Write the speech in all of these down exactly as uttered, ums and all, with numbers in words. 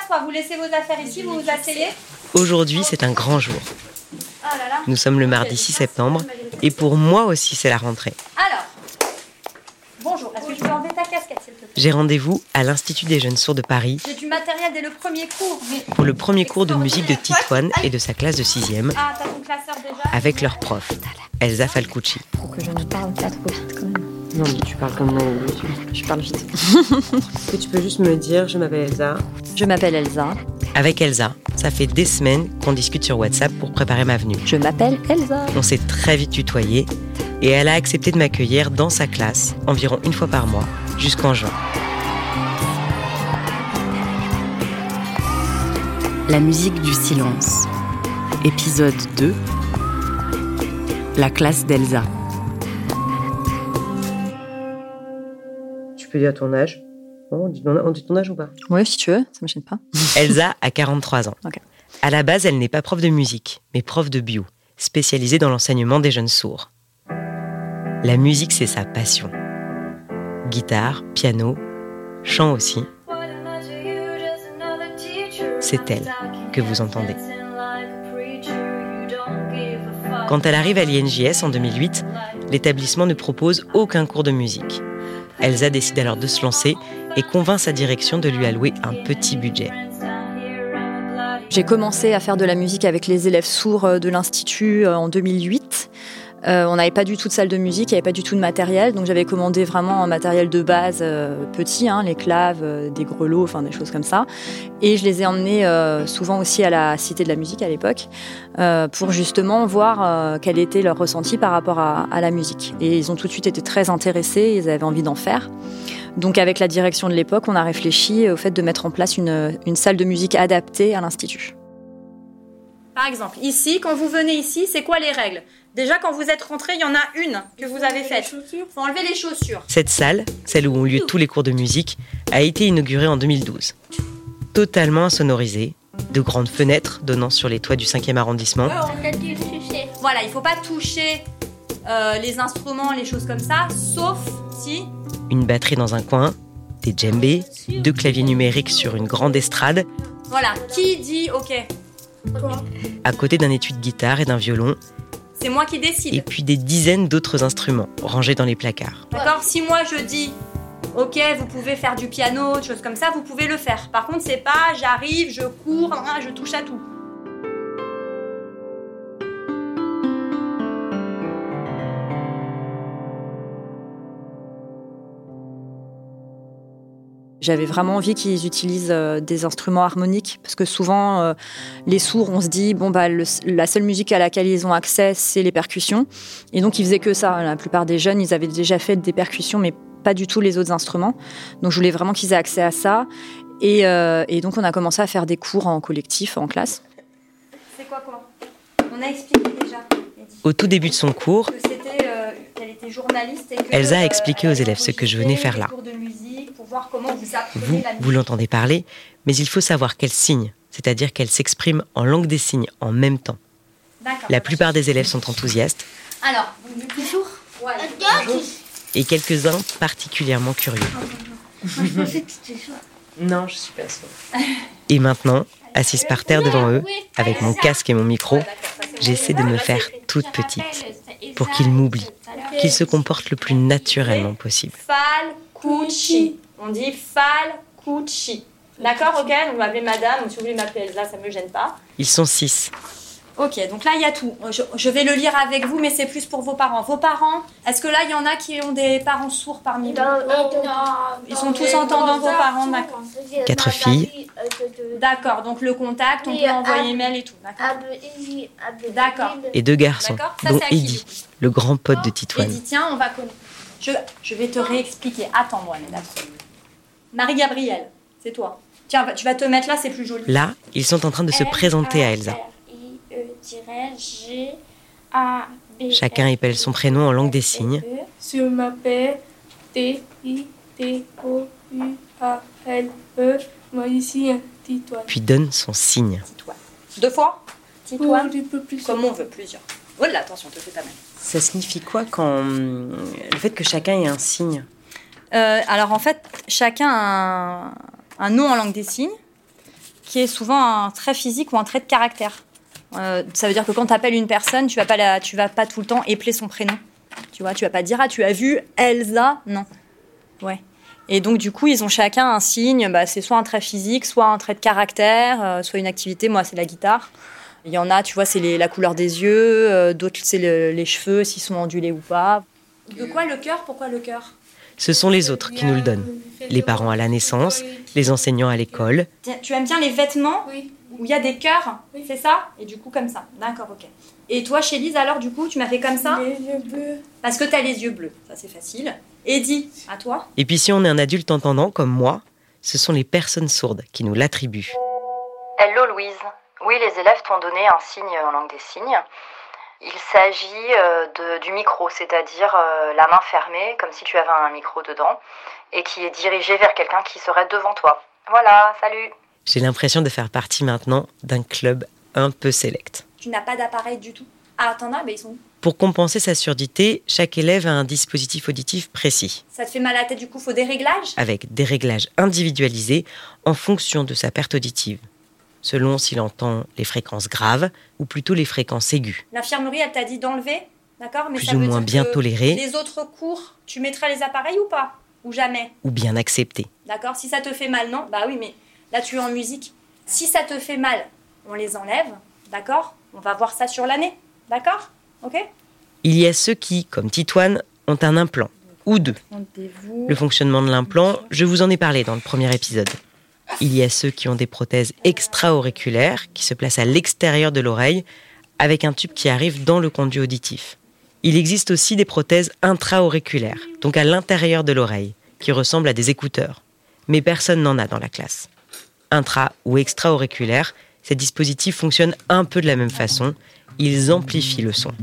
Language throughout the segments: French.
soit vous laissez vos affaires ici, vous vous asseyez. Aujourd'hui, c'est un grand jour. Ah là là. Nous sommes le mardi six septembre et pour moi aussi, c'est la rentrée. Alors, bonjour, est-ce que je peux enlever ta casquette, s'il te plaît ? J'ai rendez-vous à l'Institut des jeunes sourds de Paris J'ai du matériel dès le premier cours. Mais... pour le premier cours de musique de Titoine et de sa classe de sixième Ah, t'as ton classeur déjà ? avec leur prof, Elsa Falcucci. Faut que je ne parle pas trop vite quand même. Non, mais tu parles comme moi, Je parle vite. Est-ce que tu peux juste me dire, je m'appelle Elsa ? Je m'appelle Elsa. Avec Elsa, ça fait des semaines qu'on discute sur WhatsApp pour préparer ma venue. Je m'appelle Elsa. On s'est très vite tutoyé et elle a accepté de m'accueillir dans sa classe environ une fois par mois jusqu'en juin. La musique du silence. Épisode deux. La classe d'Elsa. Tu peux dire ton âge ? On dit, on dit ton âge ou pas ? Ouais, si tu veux, ça me gêne pas. Elsa a quarante-trois ans. Okay. À la base, elle n'est pas prof de musique, mais prof de bio, spécialisée dans l'enseignement des jeunes sourds. La musique, c'est sa passion. Guitare, piano, chant aussi. C'est elle que vous entendez. Quand elle arrive à l'I N J S en deux mille huit, l'établissement ne propose aucun cours de musique. Elsa décide alors de se lancer et convainc sa direction de lui allouer un petit budget. J'ai commencé à faire de la musique avec les élèves sourds de l'Institut en deux mille huit. Euh, on n'avait pas du tout de salle de musique, il n'y avait pas du tout de matériel, donc j'avais commandé vraiment un matériel de base euh, petit, hein, les claves, euh, des grelots, enfin des choses comme ça. Et je les ai emmenés euh, souvent aussi à la Cité de la musique à l'époque, euh, pour justement voir euh, quel était leur ressenti par rapport à, à la musique. Et ils ont tout de suite été très intéressés, ils avaient envie d'en faire. Donc avec la direction de l'époque, on a réfléchi au fait de mettre en place une, une salle de musique adaptée à l'Institut. Par exemple, ici, quand vous venez ici, c'est quoi les règles ? Déjà, quand vous êtes rentré, il y en a une que vous avez faite. Il faut enlever les chaussures. Cette salle, celle où ont lieu tous les cours de musique, a été inaugurée en deux mille douze. Totalement insonorisée, de grandes fenêtres donnant sur les toits du cinquième arrondissement. Voilà, il ne faut pas toucher euh, les instruments, les choses comme ça, sauf si... Une batterie dans un coin, des djembés, deux claviers numériques sur une grande estrade. Voilà, qui dit OK ? À côté d'un étui de guitare et d'un violon. C'est moi qui décide. Et puis des dizaines d'autres instruments rangés dans les placards. D'accord ? Si moi je dis OK, vous pouvez faire du piano, des choses comme ça, vous pouvez le faire. Par contre, c'est pas j'arrive, je cours, je touche à tout. J'avais vraiment envie qu'ils utilisent euh, des instruments harmoniques, parce que souvent, euh, les sourds, on se dit, bon, bah, le, la seule musique à laquelle ils ont accès, c'est les percussions. Et donc, ils faisaient que ça. La plupart des jeunes, ils avaient déjà fait des percussions, mais pas du tout les autres instruments. Donc, je voulais vraiment qu'ils aient accès à ça. Et, euh, et donc, on a commencé à faire des cours en collectif, en classe. C'est quoi, quoi ? On a expliqué déjà. Au tout début de son cours, que c'était, euh, qu'elle était journaliste et que, Elsa a expliqué aux euh, élèves ce que je venais faire là. Voir comment vous Vous, vous l'entendez parler, mais il faut savoir qu'elle signe, c'est-à-dire qu'elle s'exprime en langue des signes en même temps. D'accord. La plupart des élèves sont enthousiastes. Alors, bonjour. Ouais. Et quelques-uns particulièrement curieux. Je pensais que c'était ça. Non, je suis pas sûre. Et maintenant, assise par terre devant eux, avec mon casque et mon micro, j'essaie de me faire toute petite, pour qu'ils m'oublient, qu'ils se comportent le plus naturellement possible. Falcucci. On dit Falcucci. D'accord, ok, donc vous m'appelez madame, ou si vous voulez m'appeler Elsa, ça ne me gêne pas. Ils sont six. Ok, donc là, il y a tout. Je, je vais le lire avec vous, mais c'est plus pour vos parents. Vos parents, est-ce que là, il y en a qui ont des parents sourds parmi vous ? Ils sont tous entendants, vos parents, d'accord. Quatre filles. D'accord, donc le contact, on peut envoyer mail et tout, d'accord. D'accord. Et deux garçons, ça, dont Eddy, le grand pote de Titoine. Eddy, tiens, on va connaître. Je, je vais te réexpliquer. Attends-moi, mesdames. Marie-Gabrielle, c'est toi. Tiens, tu vas te mettre là, c'est plus joli. Là, ils sont en train de se présenter à Elsa. Chacun épelle son prénom en langue des signes. Je m'appelle T I T O U A L E. Moi ici, Titoine. Puis donne son signe. Titoine. Deux fois Titoine. Oh, un peu plus. Comme on veut, plusieurs. Oh là, attention, te fais ta main. Ça signifie quoi quand le fait que chacun ait un signe ? euh, Alors en fait, chacun a un, un nom en langue des signes qui est souvent un trait physique ou un trait de caractère. Euh, ça veut dire que quand tu appelles une personne, tu vas pas la, tu vas pas tout le temps épeler son prénom. Tu vois, tu vas pas dire ah tu as vu Elsa, non. Ouais. Et donc du coup ils ont chacun un signe, bah, c'est soit un trait physique, soit un trait de caractère, euh, soit une activité. Moi c'est la guitare. Il y en a, tu vois, c'est les, la couleur des yeux, euh, d'autres c'est le, les cheveux, s'ils sont ondulés ou pas. De quoi le cœur ? Pourquoi le cœur ? Ce sont les autres qui nous le donnent. Les parents à la naissance, les enseignants à l'école. Tu aimes bien les vêtements ? Oui. Où il y a des cœurs ? Oui. C'est ça ? Et du coup comme ça. D'accord, ok. Et toi chez Lise alors du coup tu m'as fait comme ça ? Les yeux bleus. Parce que t'as les yeux bleus, ça c'est facile. Eddie, à toi ? Et puis si on est un adulte entendant comme moi, ce sont les personnes sourdes qui nous l'attribuent. Hello Louise. Oui, les élèves t'ont donné un signe en langue des signes. Il s'agit euh, de, du micro, c'est-à-dire euh, la main fermée, comme si tu avais un micro dedans, et qui est dirigé vers quelqu'un qui serait devant toi. Voilà, salut. J'ai l'impression de faire partie maintenant d'un club un peu sélect. Tu n'as pas d'appareil du tout. Ah, t'en as ? Mais ils sont où ? Pour compenser sa surdité, chaque élève a un dispositif auditif précis, Ça te fait mal à la tête du coup, faut des réglages ? avec des réglages individualisés en fonction de sa perte auditive, selon s'il entend les fréquences graves ou plutôt les fréquences aiguës. L'infirmerie, elle t'a dit d'enlever, d'accord ? Mais Plus ça ou veut moins dire bien que toléré. Les autres cours, tu mettras les appareils ou pas ? Ou jamais ? Ou bien accepté. D'accord ? Si ça te fait mal, non ? Bah oui, mais là tu es en musique. Si ça te fait mal, on les enlève, d'accord ? On va voir ça sur l'année, d'accord ? Ok ? Il y a ceux qui, comme Titoine, ont un implant, ou deux. Le fonctionnement de l'implant, je vous en ai parlé dans le premier épisode. Il y a ceux qui ont des prothèses extra-auriculaires qui se placent à l'extérieur de l'oreille avec un tube qui arrive dans le conduit auditif. Il existe aussi des prothèses intra-auriculaires, donc à l'intérieur de l'oreille, qui ressemblent à des écouteurs. Mais personne n'en a dans la classe. Intra- ou extra-auriculaires, ces dispositifs fonctionnent un peu de la même façon. Ils amplifient le son.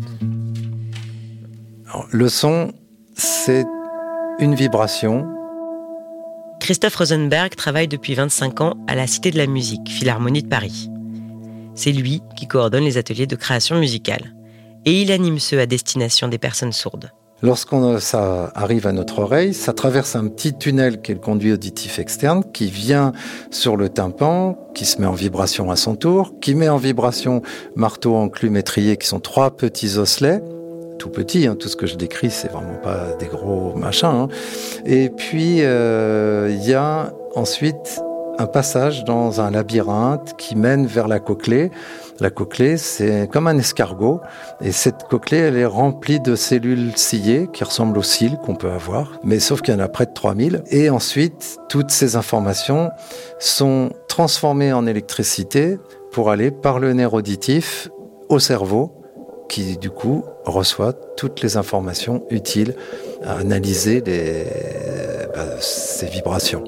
Alors, le son, c'est une vibration. Christophe Rosenberg travaille depuis vingt-cinq ans à la Cité de la Musique, Philharmonie de Paris. C'est lui qui coordonne les ateliers de création musicale. Et il anime ceux à destination des personnes sourdes. Lorsqu'on ça arrive à notre oreille, ça traverse un petit tunnel qui est le conduit auditif externe, qui vient sur le tympan, qui se met en vibration à son tour, qui met en vibration marteau, enclume, étrier, qui sont trois petits osselets, tout petits, hein, tout ce que je décris, c'est vraiment pas des gros machins. Hein. Et puis, il euh, y a ensuite un passage dans un labyrinthe qui mène vers la cochlée. La cochlée, c'est comme un escargot. Et cette cochlée, elle est remplie de cellules ciliées qui ressemblent aux cils qu'on peut avoir. Mais sauf qu'il y en a près de trois mille. Et ensuite, toutes ces informations sont transformées en électricité pour aller par le nerf auditif au cerveau, qui du coup reçoit toutes les informations utiles à analyser les, bah, ces vibrations.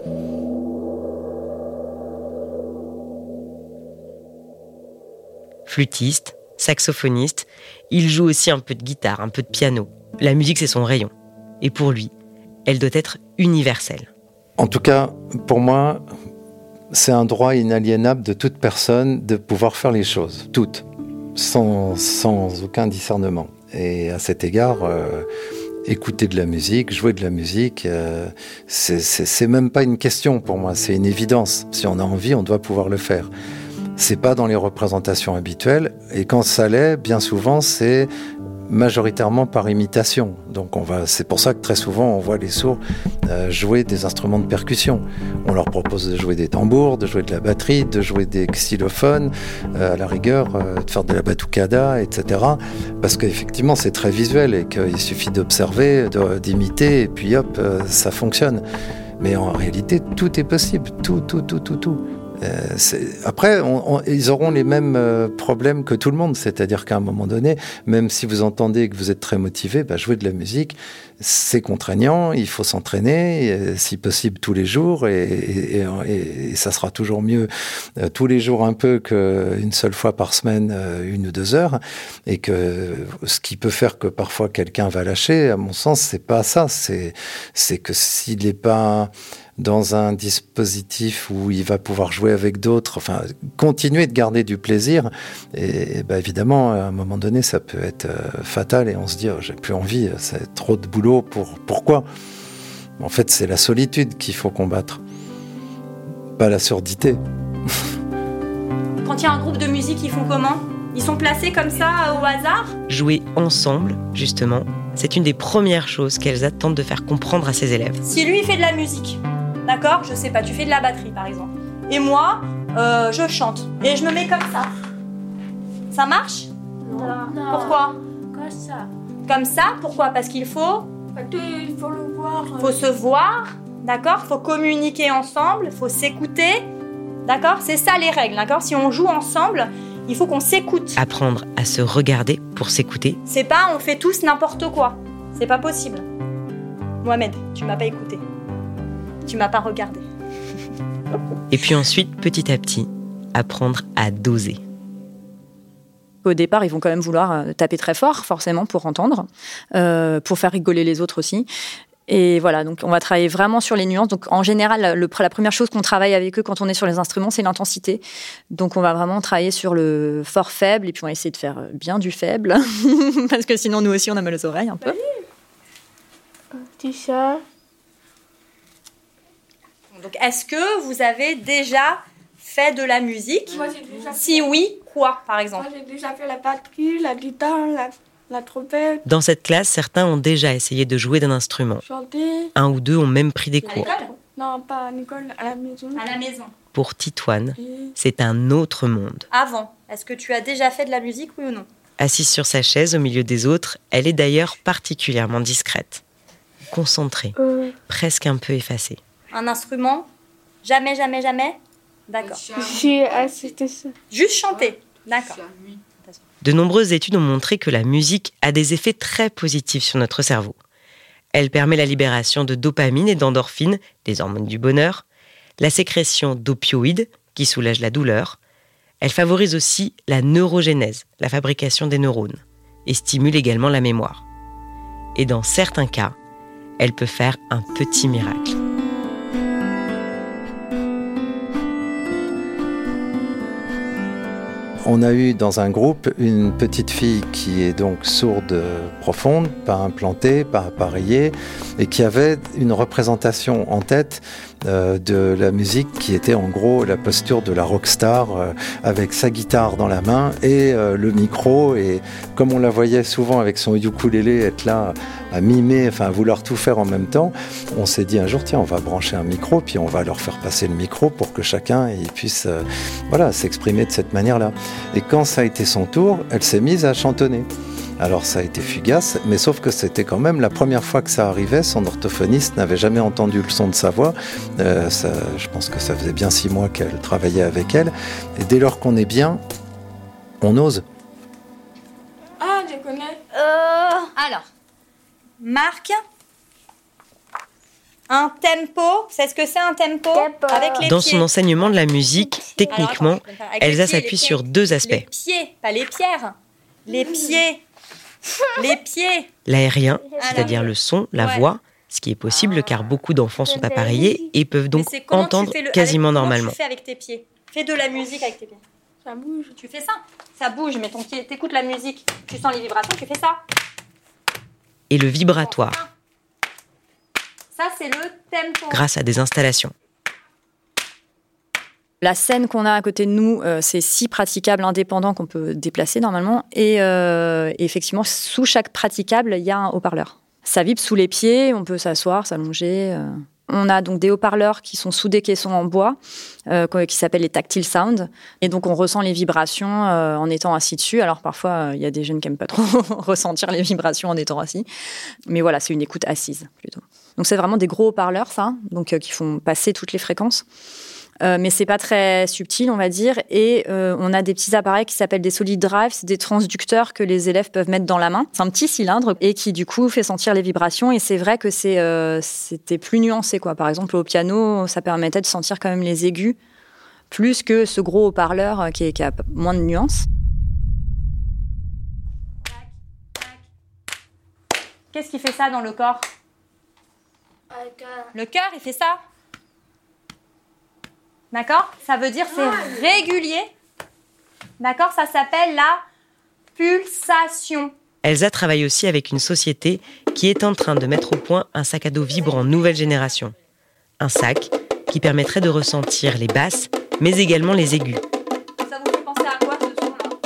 Flûtiste, saxophoniste, il joue aussi un peu de guitare, un peu de piano. La musique, c'est son rayon. Et pour lui, elle doit être universelle. En tout cas, pour moi, c'est un droit inaliénable de toute personne de pouvoir faire les choses, toutes, sans, sans aucun discernement. Et à cet égard, euh, écouter de la musique, jouer de la musique, euh, c'est, c'est, c'est même pas une question pour moi, c'est une évidence. Si on a envie, on doit pouvoir le faire. C'est pas dans les représentations habituelles, et quand ça l'est, bien souvent, c'est majoritairement par imitation. Donc on va, c'est pour ça que très souvent on voit les sourds euh, jouer des instruments de percussion. On leur propose de jouer des tambours, de jouer de la batterie, de jouer des xylophones, euh, à la rigueur, euh, de faire de la batucada, et cetera. Parce qu'effectivement c'est très visuel et qu'il suffit d'observer, de, d'imiter, et puis hop, euh, ça fonctionne. Mais en réalité, tout est possible, tout, tout, tout, tout, tout. Euh, c'est... Après, on, on, ils auront les mêmes euh, problèmes que tout le monde, c'est-à-dire qu'à un moment donné, même si vous entendez que vous êtes très motivé, bah, jouer de la musique, c'est contraignant, il faut s'entraîner, et, si possible tous les jours, et, et, et, et ça sera toujours mieux euh, tous les jours un peu qu'une seule fois par semaine, euh, une ou deux heures, et que ce qui peut faire que parfois quelqu'un va lâcher, à mon sens, c'est pas ça, c'est, c'est que s'il n'est pas dans un dispositif où il va pouvoir jouer avec d'autres, enfin, continuer de garder du plaisir. Et, et ben évidemment, à un moment donné, ça peut être euh, fatal et on se dit, oh, j'ai plus envie, c'est trop de boulot, pour, pourquoi ? En fait, c'est la solitude qu'il faut combattre, pas la surdité. Quand il y a un groupe de musique, ils font comment ? Ils sont placés comme ça au hasard ? Jouer ensemble, justement, c'est une des premières choses qu'Elsa tente de faire comprendre à ses élèves. Si lui il fait de la musique, d'accord ? Je sais pas, tu fais de la batterie par exemple. Et moi, euh, je chante. Et je me mets comme ça. Ça marche ? Non. Pourquoi ? Comme ça. Comme ça, pourquoi ? Parce qu'il faut... Il faut le voir. Il faut se voir, d'accord ? Il faut communiquer ensemble, il faut s'écouter, d'accord ? C'est ça les règles, d'accord ? Si on joue ensemble, il faut qu'on s'écoute. Apprendre à se regarder pour s'écouter. C'est pas on fait tous n'importe quoi. C'est pas possible. Mohamed, tu m'as pas écouté. Tu m'as pas regardé. Et puis ensuite, petit à petit, apprendre à doser. Au départ, ils vont quand même vouloir taper très fort, forcément, pour entendre, euh, pour faire rigoler les autres aussi. Et voilà, donc on va travailler vraiment sur les nuances. Donc en général, le, la première chose qu'on travaille avec eux quand on est sur les instruments, c'est l'intensité. Donc on va vraiment travailler sur le fort-faible, et puis on va essayer de faire bien du faible, parce que sinon nous aussi on a mal aux oreilles un peu. Petit chat. Donc est-ce que vous avez déjà fait de la musique ? Moi, j'ai déjà Si oui, quoi par exemple ? Moi, j'ai déjà fait la batterie, la guitare, la, la trompette, Dans cette classe, certains ont déjà essayé de jouer d'un instrument. chanter. Un ou deux ont même pris des À cours. l'école ? Non, pas à l'école, à la maison. À la maison. Pour Titoine, Et c'est un autre monde. Avant, est-ce que tu as déjà fait de la musique, oui ou non ? Assise sur sa chaise au milieu des autres, elle est d'ailleurs particulièrement discrète. Concentrée, euh, presque un peu effacée. Un instrument ? Jamais, jamais, jamais ? D'accord. j'ai assisté ça. Juste chanter ? D'accord. De nombreuses études ont montré que la musique a des effets très positifs sur notre cerveau. Elle permet la libération de dopamine et d'endorphines, des hormones du bonheur, la sécrétion d'opioïdes, qui soulagent la douleur. Elle favorise aussi la neurogénèse, la fabrication des neurones, et stimule également la mémoire. Et dans certains cas, elle peut faire un petit miracle. On a eu dans un groupe une petite fille qui est donc sourde profonde, pas implantée, pas appareillée, et qui avait une représentation en tête euh, de la musique qui était en gros la posture de la rockstar euh, avec sa guitare dans la main et euh, le micro. Et comme on la voyait souvent avec son ukulélé être là à mimer, enfin à vouloir tout faire en même temps, on s'est dit un jour, tiens, on va brancher un micro, puis on va leur faire passer le micro pour que chacun il puisse euh, voilà, s'exprimer de cette manière-là. Et quand ça a été son tour, elle s'est mise à chantonner. Alors ça a été fugace, mais sauf que c'était quand même la première fois que ça arrivait. Son orthophoniste n'avait jamais entendu le son de sa voix. Euh, ça, je pense que ça faisait bien six mois qu'elle travaillait avec elle. Et dès lors qu'on est bien, on ose. Ah, je connais. Euh... Alors, Marc, un tempo, c'est ce que c'est un tempo, Tempo. avec les Dans pieds. son enseignement de la musique, techniquement, Alors, attends, avec les Elsa pieds, les s'appuie pieds. sur deux aspects. Les pieds, pas les pierres. Les pieds. Les pieds. L'aérien, Alors. c'est-à-dire le son, la Ouais. voix, ce qui est possible car beaucoup d'enfants sont appareillés et peuvent donc Mais c'est comment tu entendre fais le- quasiment avec- comment normalement. Tu fais avec tes pieds. Fais de la musique avec tes pieds. Ça bouge. Tu fais ça. Ça bouge, mais ton pied, t'écoutes la musique, tu sens les vibrations, tu fais ça. Et le vibratoire, Ça, c'est le tempo. grâce à des installations. La scène qu'on a à côté de nous, euh, c'est six praticables indépendants qu'on peut déplacer normalement. Et, euh, et effectivement, sous chaque praticable, il y a un haut-parleur. Ça vibre sous les pieds, on peut s'asseoir, s'allonger. Euh. On a donc des haut-parleurs qui sont sous des caissons en bois, euh, qui s'appellent les tactile sound. Et donc, on ressent les vibrations euh, en étant assis dessus. Alors, parfois, il euh, y a des jeunes qui n'aiment pas trop ressentir les vibrations en étant assis. Mais voilà, c'est une écoute assise, plutôt. Donc, c'est vraiment des gros haut-parleurs, ça, donc, euh, qui font passer toutes les fréquences. Euh, mais c'est pas très subtil, on va dire. Et euh, on a des petits appareils qui s'appellent des solid drives, c'est des transducteurs que les élèves peuvent mettre dans la main. C'est un petit cylindre et qui du coup fait sentir les vibrations. Et c'est vrai que c'est euh, c'était plus nuancé, quoi. Par exemple, au piano, ça permettait de sentir quand même les aigus plus que ce gros haut-parleur qui, est, qui a moins de nuances. Qu'est-ce qui fait ça dans le corps? Le cœur, il fait ça. D'accord? Ça veut dire c'est régulier. D'accord? Ça s'appelle la pulsation. Elsa travaille aussi avec une société qui est en train de mettre au point un sac à dos vibrant nouvelle génération. Un sac qui permettrait de ressentir les basses, mais également les aigus. Ça vous fait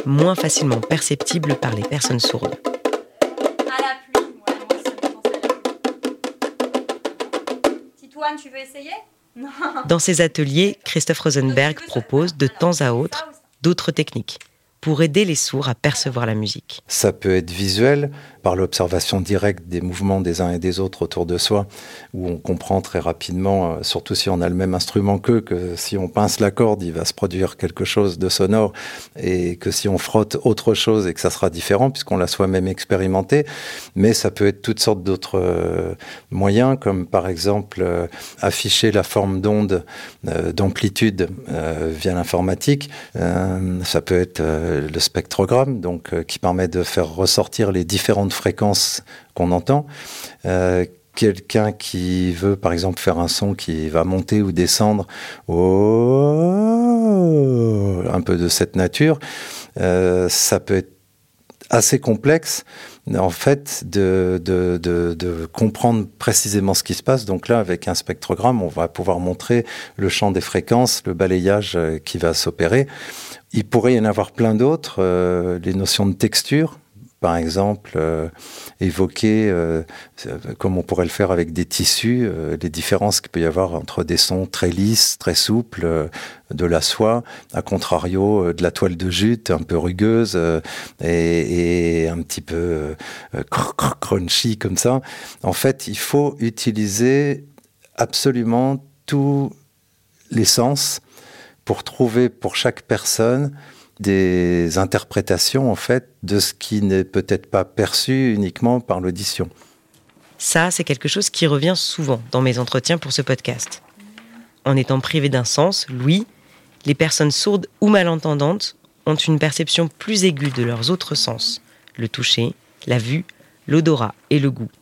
moins facilement perceptibles par les personnes sourdes. À la pluie, ouais, moi aussi, je pense à la pluie. Titoine, tu veux essayer ? Non. Dans ces ateliers, Christophe Rosenberg propose de temps à autre d'autres techniques pour aider les sourds à percevoir la musique. Ça peut être visuel, par l'observation directe des mouvements des uns et des autres autour de soi, où on comprend très rapidement, surtout si on a le même instrument qu'eux, que si on pince la corde, il va se produire quelque chose de sonore, et que si on frotte autre chose, et que ça sera différent, puisqu'on l'a soi-même expérimenté. Mais ça peut être toutes sortes d'autres euh, moyens, comme par exemple euh, afficher la forme d'onde, euh, d'amplitude euh, via l'informatique. Euh, ça peut être euh, le spectrogramme, donc euh, qui permet de faire ressortir les différentes fréquences qu'on entend. Euh, quelqu'un qui veut, par exemple, faire un son qui va monter ou descendre, oh, un peu de cette nature, euh, ça peut être assez complexe, en fait, de, de, de, de comprendre précisément ce qui se passe. Donc là, avec un spectrogramme, on va pouvoir montrer le champ des fréquences, le balayage qui va s'opérer. Il pourrait y en avoir plein d'autres, euh, les notions de texture, par exemple, euh, évoquer, euh, comme on pourrait le faire avec des tissus, euh, les différences qu'il peut y avoir entre des sons très lisses, très souples, euh, de la soie, à contrario euh, de la toile de jute, un peu rugueuse euh, et, et un petit peu euh, cr- cr- crunchy comme ça. En fait, il faut utiliser absolument tous les sens pour trouver pour chaque personne des interprétations, en fait, de ce qui n'est peut-être pas perçu uniquement par l'audition. Ça, c'est quelque chose qui revient souvent dans mes entretiens pour ce podcast. En étant privés d'un sens, l'ouïe, les personnes sourdes ou malentendantes ont une perception plus aiguë de leurs autres sens, le toucher, la vue, l'odorat et le goût.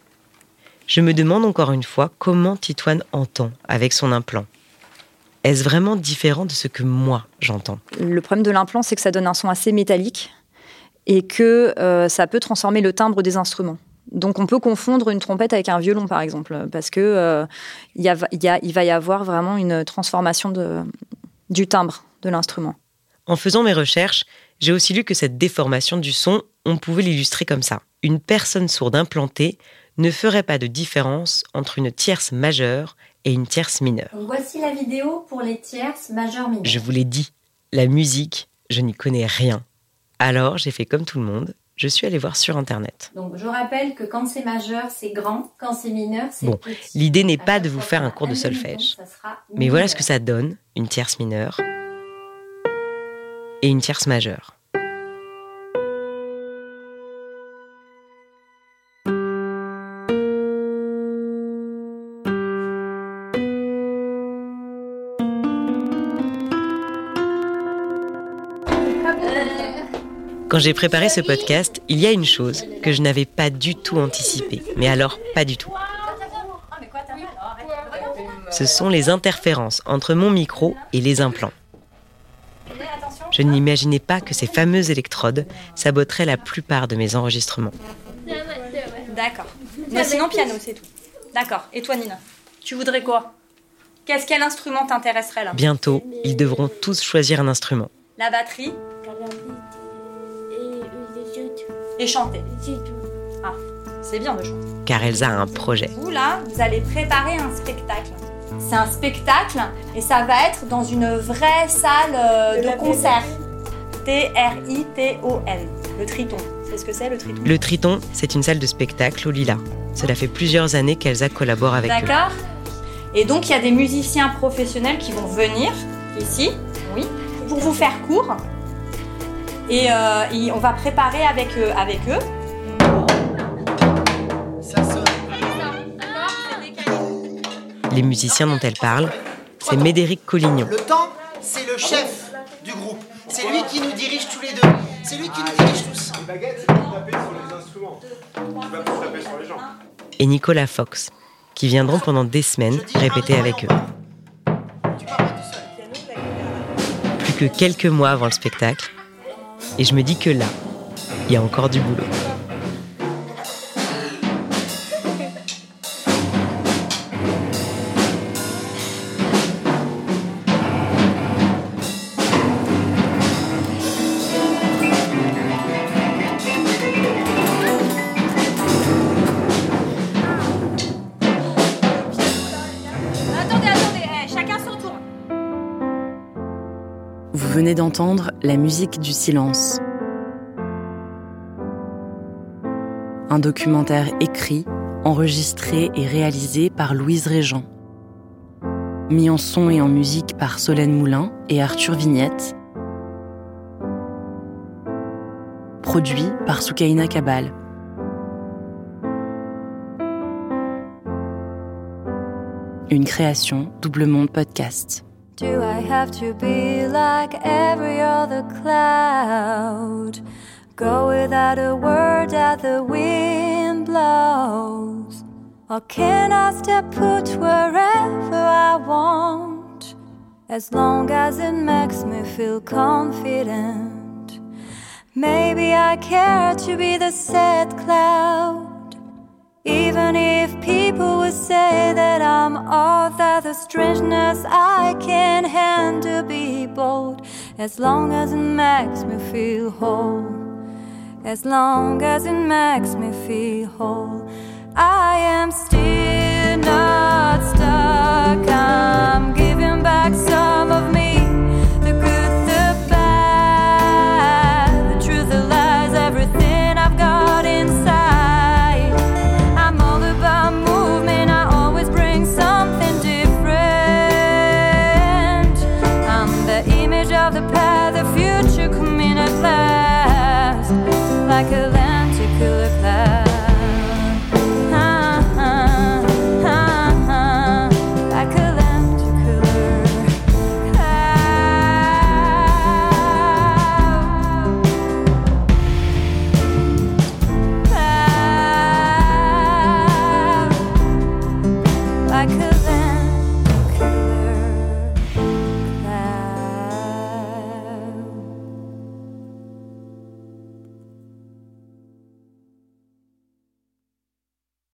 Je me demande encore une fois comment Titoine entend avec son implant. Est-ce vraiment différent de ce que moi, j'entends ? Le problème de l'implant, c'est que ça donne un son assez métallique et que euh, ça peut transformer le timbre des instruments. Donc on peut confondre une trompette avec un violon, par exemple, parce que euh, y a, y a, il va y avoir vraiment une transformation de, du timbre de l'instrument. En faisant mes recherches, j'ai aussi lu que cette déformation du son, on pouvait l'illustrer comme ça. Une personne sourde implantée ne ferait pas de différence entre une tierce majeure et une tierce mineure. Donc voici la vidéo pour les tierces majeures mineures. Je vous l'ai dit, la musique, je n'y connais rien. Alors j'ai fait comme tout le monde, je suis allée voir sur Internet. Donc je rappelle que quand c'est majeur, c'est grand, quand c'est mineur, c'est bon, petit. L'idée n'est pas de vous faire un cours de solfège. Mais voilà ce que ça donne, une tierce mineure et une tierce majeure. Quand j'ai préparé ce podcast, il y a une chose que je n'avais pas du tout anticipée. Mais alors, pas du tout. Ce sont les interférences entre mon micro et les implants. Je n'imaginais pas que ces fameuses électrodes saboteraient la plupart de mes enregistrements. D'accord. Mais sinon, piano, c'est tout. D'accord. Et toi, Nina ? Tu voudrais quoi ? Qu'est-ce quel instrument t'intéresserait là ? Bientôt, ils devront tous choisir un instrument. La batterie ? Et chanter. Ah, c'est bien de chanter. Car Elsa a un projet. Vous, là, vous allez préparer un spectacle. C'est un spectacle et ça va être dans une vraie salle euh, de concert. T R I T O N. Le Triton. C'est ce que c'est, le Triton ? Le Triton, c'est une salle de spectacle au Lilas. Cela fait plusieurs années qu'Elsa collabore avec eux. D'accord. Et donc, il y a des musiciens professionnels qui vont venir ici, oui, pour vous faire cours. Et, euh, et on va préparer avec eux. Avec eux. Les musiciens dont elle parle, c'est Médéric Collignon. Le temps, c'est le chef du groupe. C'est lui qui nous dirige tous les deux. C'est lui qui nous dirige tous. Les baguettes, c'est pour taper sur les instruments. Tu vas pour taper sur les gens. Et Nicolas Fox, qui viendront pendant des semaines répéter avec eux. Plus que quelques mois avant le spectacle, et je me dis que là, il y a encore du boulot. venez d'entendre La musique du silence. Un documentaire écrit, enregistré et réalisé par Louise Régent. Mis en son et en musique par Solène Moulin et Arthur Vignette. Produit par Soukaina Kabal. Une création Double Monde Podcast. Do I have to be like every other cloud? Go without a word as the wind blows? Or can I step put wherever I want? As long as it makes me feel confident. Maybe I care to be the sad cloud. Even if people would say that I'm all that the strangeness I can handle, be bold. As long as it makes me feel whole. As long as it makes me feel whole. I am still not stuck. I'm giving back some of me. The good, the bad, the truth, the lies, everything I've got inside. I'm all about movement. I always bring something different. I'm the image of the past, the future coming at last. Like a lenticular cloud. I could